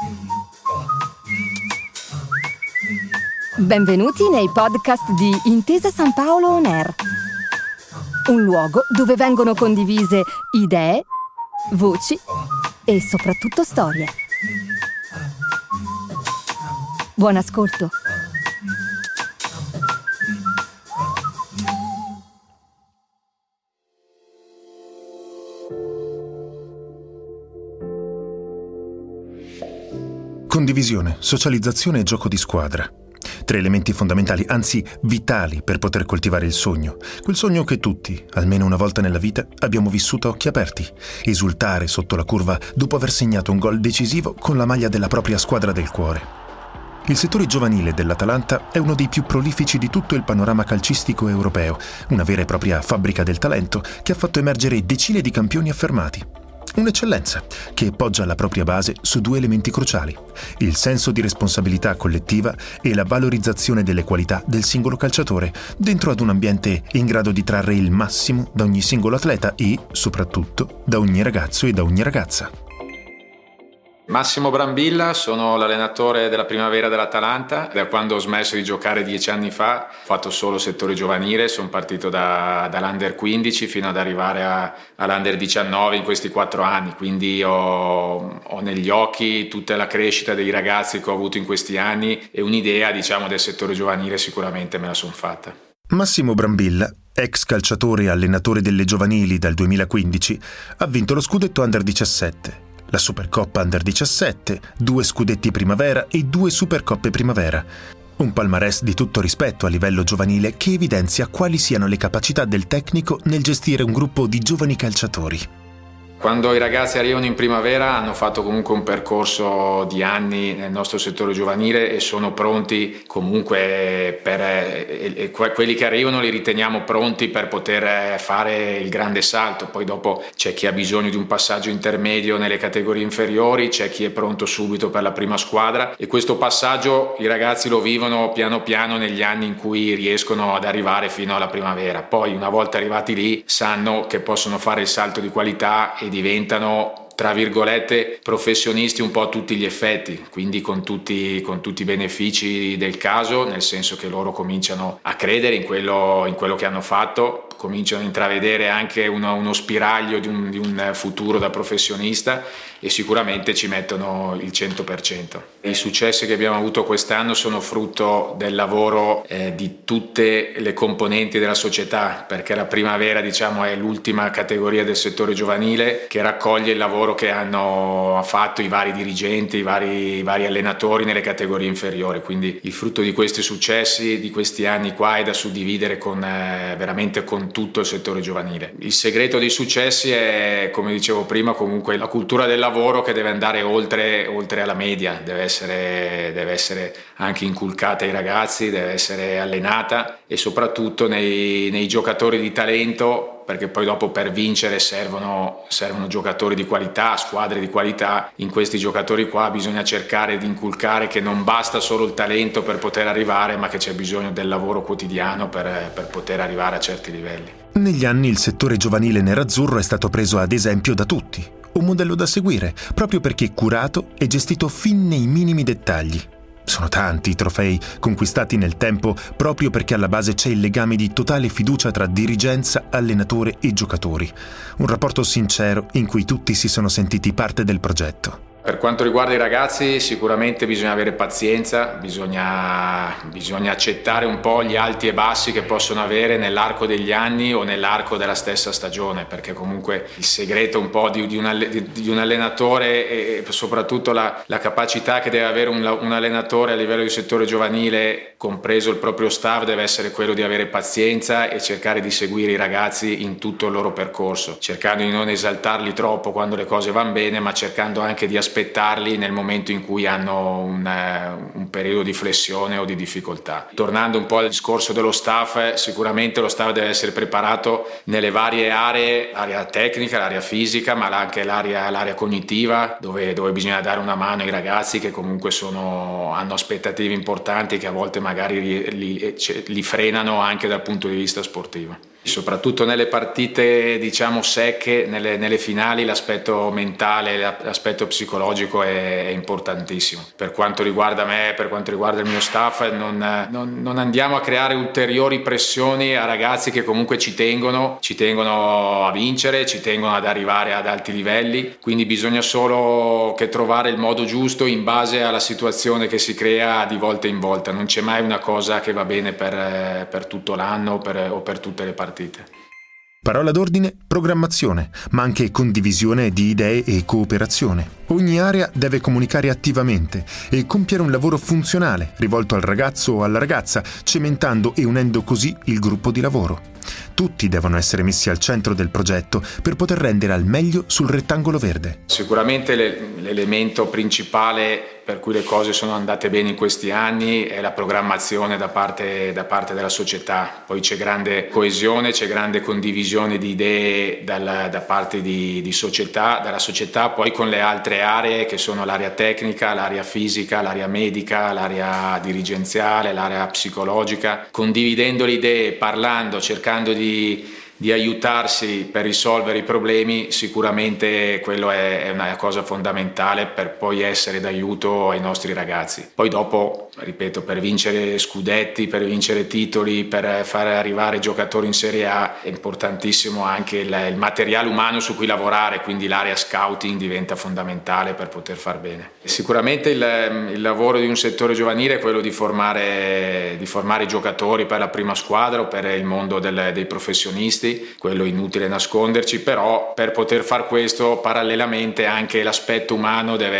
Benvenuti nei podcast di Intesa San Paolo On Air, un luogo dove vengono condivise idee, voci e soprattutto storie. Buon ascolto. Condivisione, socializzazione e gioco di squadra. 3 elementi fondamentali, anzi vitali, per poter coltivare il sogno. Quel sogno che tutti, almeno una volta nella vita, abbiamo vissuto a occhi aperti. Esultare sotto la curva dopo aver segnato un gol decisivo con la maglia della propria squadra del cuore. Il settore giovanile dell'Atalanta è uno dei più prolifici di tutto il panorama calcistico europeo, una vera e propria fabbrica del talento che ha fatto emergere decine di campioni affermati. Un'eccellenza che poggia la propria base su 2 elementi cruciali: il senso di responsabilità collettiva e la valorizzazione delle qualità del singolo calciatore, dentro ad un ambiente in grado di trarre il massimo da ogni singolo atleta e, soprattutto, da ogni ragazzo e da ogni ragazza. Massimo Brambilla, sono l'allenatore della primavera dell'Atalanta. Da quando ho smesso di giocare 10 anni fa, ho fatto solo settore giovanile, sono partito dall'Under 15 fino ad arrivare all'Under 19 in questi 4 anni, quindi ho negli occhi tutta la crescita dei ragazzi che ho avuto in questi anni e un'idea, del settore giovanile sicuramente me la sono fatta. Massimo Brambilla, ex calciatore e allenatore delle giovanili dal 2015, ha vinto lo scudetto Under 17. La Supercoppa Under 17, 2 scudetti primavera e 2 Supercoppe primavera. Un palmarès di tutto rispetto a livello giovanile che evidenzia quali siano le capacità del tecnico nel gestire un gruppo di giovani calciatori. Quando i ragazzi arrivano in primavera hanno fatto comunque un percorso di anni nel nostro settore giovanile e sono pronti comunque quelli che arrivano li riteniamo pronti per poter fare il grande salto. Poi dopo c'è chi ha bisogno di un passaggio intermedio nelle categorie inferiori, c'è chi è pronto subito per la prima squadra e questo passaggio i ragazzi lo vivono piano piano negli anni in cui riescono ad arrivare fino alla primavera. Poi una volta arrivati lì sanno che possono fare il salto di qualità e diventano, tra virgolette, professionisti un po' a tutti gli effetti, quindi con tutti i benefici del caso, nel senso che loro cominciano a credere in quello che hanno fatto, cominciano a intravedere anche uno spiraglio di un futuro da professionista e sicuramente ci mettono il 100%. I successi che abbiamo avuto quest'anno sono frutto del lavoro di tutte le componenti della società, perché la primavera è l'ultima categoria del settore giovanile che raccoglie il lavoro che hanno fatto i vari dirigenti, i vari allenatori nelle categorie inferiori, quindi il frutto di questi successi di questi anni qua è da suddividere veramente con tutto il settore giovanile. Il segreto dei successi è, come dicevo prima, comunque la cultura del lavoro che deve andare oltre alla media, deve essere anche inculcata ai ragazzi, deve essere allenata e soprattutto nei giocatori di talento, perché poi dopo per vincere servono giocatori di qualità, squadre di qualità. In questi giocatori qua bisogna cercare di inculcare che non basta solo il talento per poter arrivare, ma che c'è bisogno del lavoro quotidiano per poter arrivare a certi livelli. Negli anni il settore giovanile nerazzurro è stato preso ad esempio da tutti, un modello da seguire, proprio perché curato e gestito fin nei minimi dettagli. Sono tanti i trofei conquistati nel tempo proprio perché alla base c'è il legame di totale fiducia tra dirigenza, allenatore e giocatori. Un rapporto sincero in cui tutti si sono sentiti parte del progetto. Per quanto riguarda i ragazzi sicuramente bisogna avere pazienza, bisogna accettare un po' gli alti e bassi che possono avere nell'arco degli anni o nell'arco della stessa stagione, perché comunque il segreto un po' di un allenatore e soprattutto la capacità che deve avere un allenatore a livello di settore giovanile, compreso il proprio staff, deve essere quello di avere pazienza e cercare di seguire i ragazzi in tutto il loro percorso, cercando di non esaltarli troppo quando le cose vanno bene, ma cercando anche di aspettarli nel momento in cui hanno un periodo di flessione o di difficoltà. Tornando un po' al discorso dello staff, sicuramente lo staff deve essere preparato nelle varie aree, l'area tecnica, l'area fisica, ma anche l'area cognitiva, dove bisogna dare una mano ai ragazzi che comunque hanno aspettative importanti che a volte magari li frenano anche dal punto di vista sportivo. Soprattutto nelle partite diciamo secche, nelle finali, l'aspetto mentale, l'aspetto psicologico è importantissimo. Per quanto riguarda me, per quanto riguarda il mio staff, non andiamo a creare ulteriori pressioni a ragazzi che comunque ci tengono a vincere, ci tengono ad arrivare ad alti livelli, quindi bisogna solo che trovare il modo giusto in base alla situazione che si crea di volta in volta. Non c'è mai una cosa che va bene per tutto l'anno o per tutte le partite. Parola d'ordine, programmazione, ma anche condivisione di idee e cooperazione. Ogni area deve comunicare attivamente e compiere un lavoro funzionale, rivolto al ragazzo o alla ragazza, cementando e unendo così il gruppo di lavoro. Tutti devono essere messi al centro del progetto per poter rendere al meglio sul rettangolo verde. Sicuramente l'elemento principale per cui le cose sono andate bene in questi anni è la programmazione da parte della società. Poi c'è grande coesione, c'è grande condivisione di idee da parte dalla società, poi con le altre aree che sono l'area tecnica, l'area fisica, l'area medica, l'area dirigenziale, l'area psicologica, condividendo le idee, parlando, cercando di aiutarsi per risolvere i problemi. Sicuramente quello è una cosa fondamentale per poi essere d'aiuto ai nostri ragazzi. Poi dopo, ripeto, per vincere scudetti, per vincere titoli, per far arrivare giocatori in Serie A è importantissimo anche il materiale umano su cui lavorare, quindi l'area scouting diventa fondamentale per poter far bene. E sicuramente il lavoro di un settore giovanile è quello di formare i giocatori per la prima squadra o per il mondo dei professionisti. Quello è inutile nasconderci, però per poter far questo parallelamente anche l'aspetto umano deve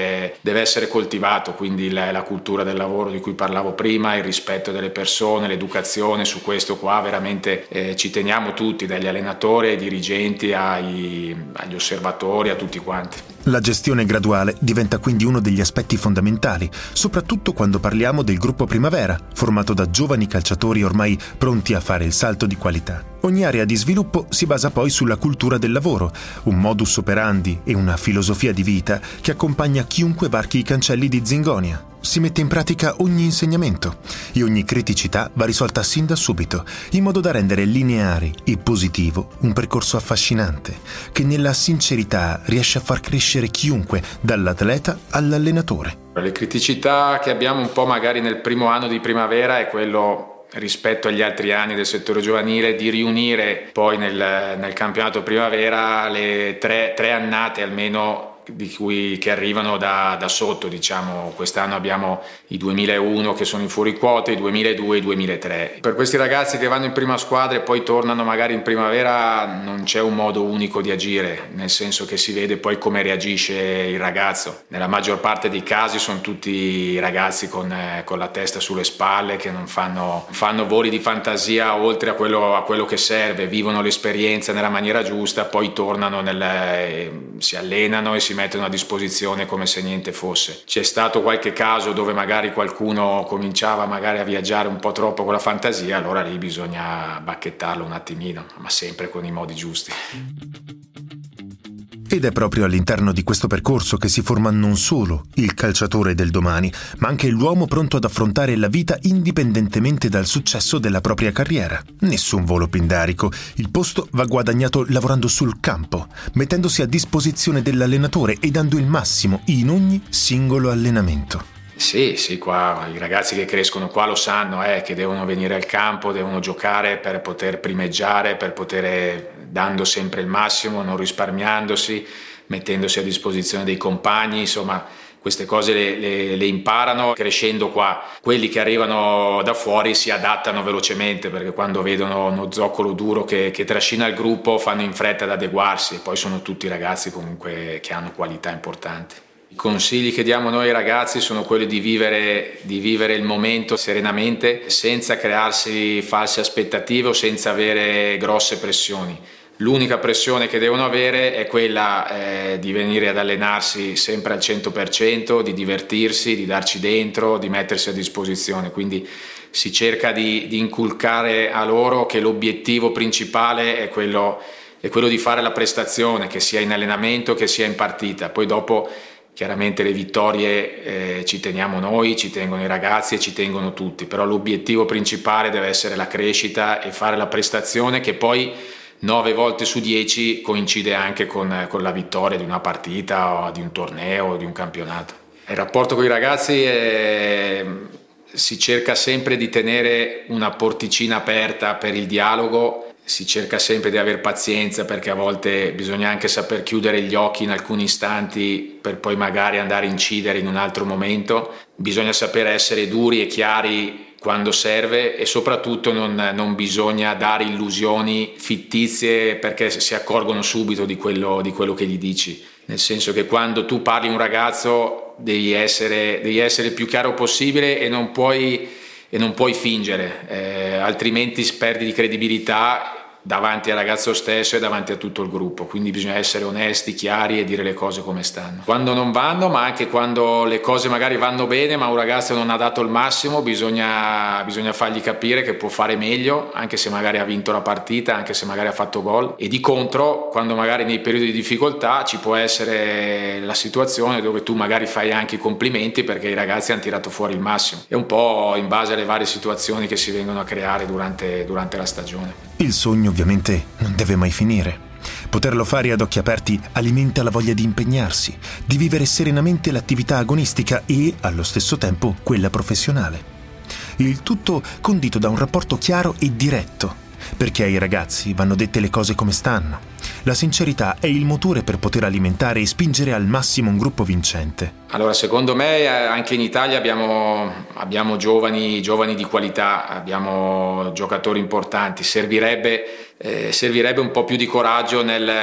essere coltivato, quindi la cultura del lavoro di cui parlavo prima, il rispetto delle persone, l'educazione. Su questo qua veramente ci teniamo tutti, dagli allenatori ai dirigenti agli osservatori, a tutti quanti. La gestione graduale diventa quindi uno degli aspetti fondamentali, soprattutto quando parliamo del gruppo Primavera, formato da giovani calciatori ormai pronti a fare il salto di qualità. Ogni area di sviluppo si basa poi sulla cultura del lavoro, un modus operandi e una filosofia di vita che accompagna chiunque varchi i cancelli di Zingonia. Si mette in pratica ogni insegnamento e ogni criticità va risolta sin da subito, in modo da rendere lineare e positivo un percorso affascinante, che nella sincerità riesce a far crescere chiunque, dall'atleta all'allenatore. Le criticità che abbiamo un po' magari nel primo anno di Primavera è quello, rispetto agli altri anni del settore giovanile, di riunire poi nel campionato Primavera le tre annate almeno che arrivano da sotto, diciamo. Quest'anno abbiamo i 2001 che sono in fuori quota, i 2002 e i 2003. Per questi ragazzi che vanno in prima squadra e poi tornano magari in primavera non c'è un modo unico di agire, nel senso che si vede poi come reagisce il ragazzo. Nella maggior parte dei casi sono tutti ragazzi con la testa sulle spalle, che non fanno voli di fantasia oltre a quello che serve, vivono l'esperienza nella maniera giusta, poi tornano, si allenano e si mettono a disposizione come se niente fosse. C'è stato qualche caso dove magari qualcuno cominciava magari a viaggiare un po' troppo con la fantasia, allora lì bisogna bacchettarlo un attimino, ma sempre con i modi giusti. Ed è proprio all'interno di questo percorso che si forma non solo il calciatore del domani, ma anche l'uomo pronto ad affrontare la vita indipendentemente dal successo della propria carriera. Nessun volo pindarico, il posto va guadagnato lavorando sul campo, mettendosi a disposizione dell'allenatore e dando il massimo in ogni singolo allenamento. Sì, qua i ragazzi che crescono qua lo sanno, che devono venire al campo, devono giocare per poter primeggiare, per poter dando sempre il massimo, non risparmiandosi, mettendosi a disposizione dei compagni, insomma queste cose le imparano crescendo qua. Quelli che arrivano da fuori si adattano velocemente, perché quando vedono uno zoccolo duro che trascina il gruppo fanno in fretta ad adeguarsi, e poi sono tutti ragazzi comunque che hanno qualità importanti. I consigli che diamo noi ai ragazzi sono quelli di vivere il momento serenamente, senza crearsi false aspettative o senza avere grosse pressioni. L'unica pressione che devono avere è quella di venire ad allenarsi sempre al 100%, di divertirsi, di darci dentro, di mettersi a disposizione. Quindi si cerca di inculcare a loro che l'obiettivo principale è quello di fare la prestazione, che sia in allenamento, che sia in partita. Poi dopo Chiaramente le vittorie ci teniamo noi, ci tengono i ragazzi e ci tengono tutti, però l'obiettivo principale deve essere la crescita e fare la prestazione che poi 9 volte su 10 coincide anche con la vittoria di una partita o di un torneo o di un campionato. Il rapporto con i ragazzi si cerca sempre di tenere una porticina aperta per il dialogo, si cerca sempre di aver pazienza perché a volte bisogna anche saper chiudere gli occhi in alcuni istanti per poi magari andare a incidere in un altro momento. Bisogna sapere essere duri e chiari quando serve e soprattutto non bisogna dare illusioni fittizie perché si accorgono subito di quello che gli dici. Nel senso che quando tu parli a un ragazzo devi essere il più chiaro possibile e non puoi fingere, altrimenti perdi di credibilità davanti al ragazzo stesso e davanti a tutto il gruppo. Quindi bisogna essere onesti, chiari e dire le cose come stanno. Quando non vanno, ma anche quando le cose magari vanno bene ma un ragazzo non ha dato il massimo, bisogna fargli capire che può fare meglio, anche se magari ha vinto la partita, anche se magari ha fatto gol. E di contro, quando magari nei periodi di difficoltà ci può essere la situazione dove tu magari fai anche i complimenti perché i ragazzi hanno tirato fuori il massimo. È un po' in base alle varie situazioni che si vengono a creare durante la stagione. Il sogno ovviamente non deve mai finire. Poterlo fare ad occhi aperti alimenta la voglia di impegnarsi, di vivere serenamente l'attività agonistica e, allo stesso tempo, quella professionale. Il tutto condito da un rapporto chiaro e diretto, perché ai ragazzi vanno dette le cose come stanno. La sincerità è il motore per poter alimentare e spingere al massimo un gruppo vincente. Allora, secondo me anche in Italia abbiamo giovani di qualità, abbiamo giocatori importanti. Servirebbe un po' più di coraggio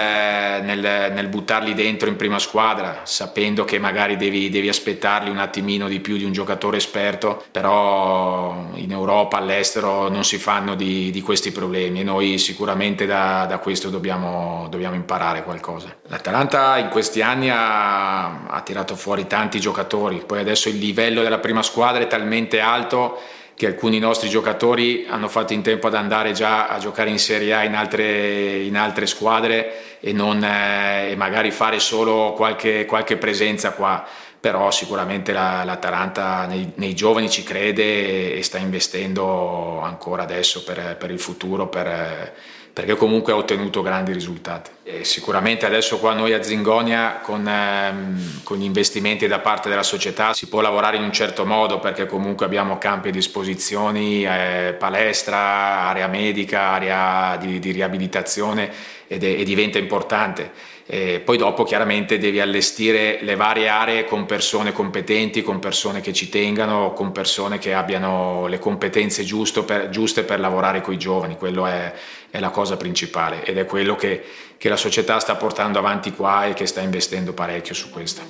nel buttarli dentro in prima squadra, sapendo che magari devi aspettarli un attimino di più di un giocatore esperto, però in Europa, all'estero non si fanno di questi problemi e noi sicuramente da questo dobbiamo imparare qualcosa. L'Atalanta in questi anni ha tirato fuori tanti giocatori, poi adesso il livello della prima squadra è talmente alto che alcuni nostri giocatori hanno fatto in tempo ad andare già a giocare in Serie A in altre squadre e magari fare solo qualche presenza qua. Però sicuramente l'Atalanta nei giovani ci crede e sta investendo ancora adesso per il futuro, perché comunque ha ottenuto grandi risultati. E sicuramente adesso qua noi a Zingonia con gli investimenti da parte della società si può lavorare in un certo modo, perché comunque abbiamo campi a disposizione, palestra, area medica, area di riabilitazione e diventa importante. E poi dopo chiaramente devi allestire le varie aree con persone competenti, con persone che ci tengano, con persone che abbiano le competenze giuste per lavorare con i giovani. Quello è la cosa principale ed è quello che la società sta portando avanti qua e che sta investendo parecchio su questo.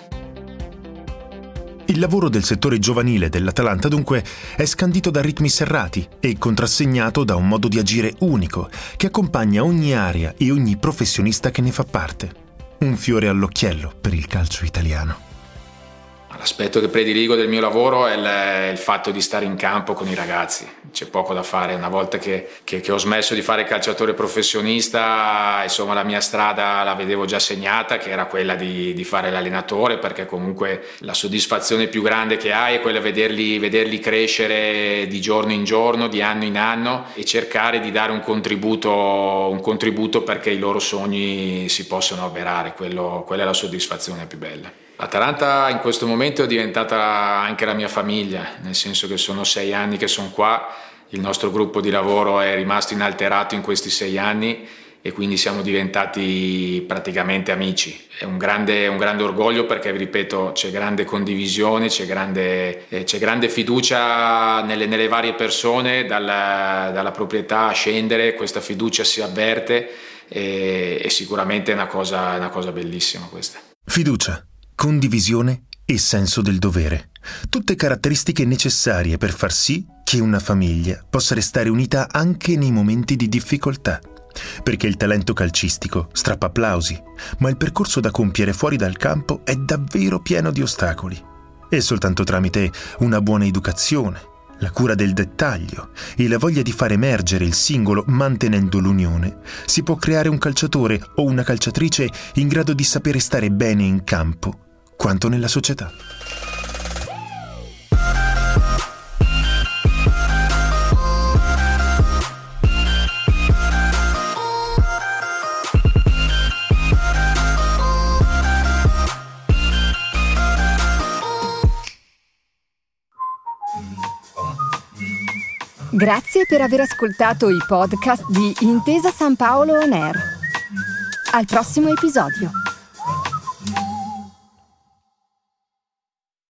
Il lavoro del settore giovanile dell'Atalanta dunque è scandito da ritmi serrati e contrassegnato da un modo di agire unico che accompagna ogni area e ogni professionista che ne fa parte. Un fiore all'occhiello per il calcio italiano. L'aspetto che prediligo del mio lavoro è il fatto di stare in campo con i ragazzi. C'è poco da fare. Una volta che ho smesso di fare calciatore professionista, insomma la mia strada la vedevo già segnata, che era quella di fare l'allenatore, perché comunque la soddisfazione più grande che hai è quella di vederli crescere di giorno in giorno, di anno in anno, e cercare di dare un contributo perché i loro sogni si possano avverare. Quella è la soddisfazione più bella. L'Atalanta in questo momento è diventata anche la mia famiglia, nel senso che sono 6 anni che sono qua, il nostro gruppo di lavoro è rimasto inalterato in questi 6 anni e quindi siamo diventati praticamente amici. È un grande orgoglio perché, vi ripeto, c'è grande condivisione, c'è grande fiducia nelle varie persone, dalla proprietà a scendere, questa fiducia si avverte e sicuramente è una cosa bellissima questa. Fiducia, condivisione e senso del dovere. Tutte caratteristiche necessarie per far sì che una famiglia possa restare unita anche nei momenti di difficoltà. Perché il talento calcistico strappa applausi, ma il percorso da compiere fuori dal campo è davvero pieno di ostacoli. E soltanto tramite una buona educazione, la cura del dettaglio e la voglia di far emergere il singolo mantenendo l'unione, si può creare un calciatore o una calciatrice in grado di sapere stare bene in campo, quanto nella società. Grazie per aver ascoltato i podcast di Intesa San Paolo On Air. Al prossimo episodio.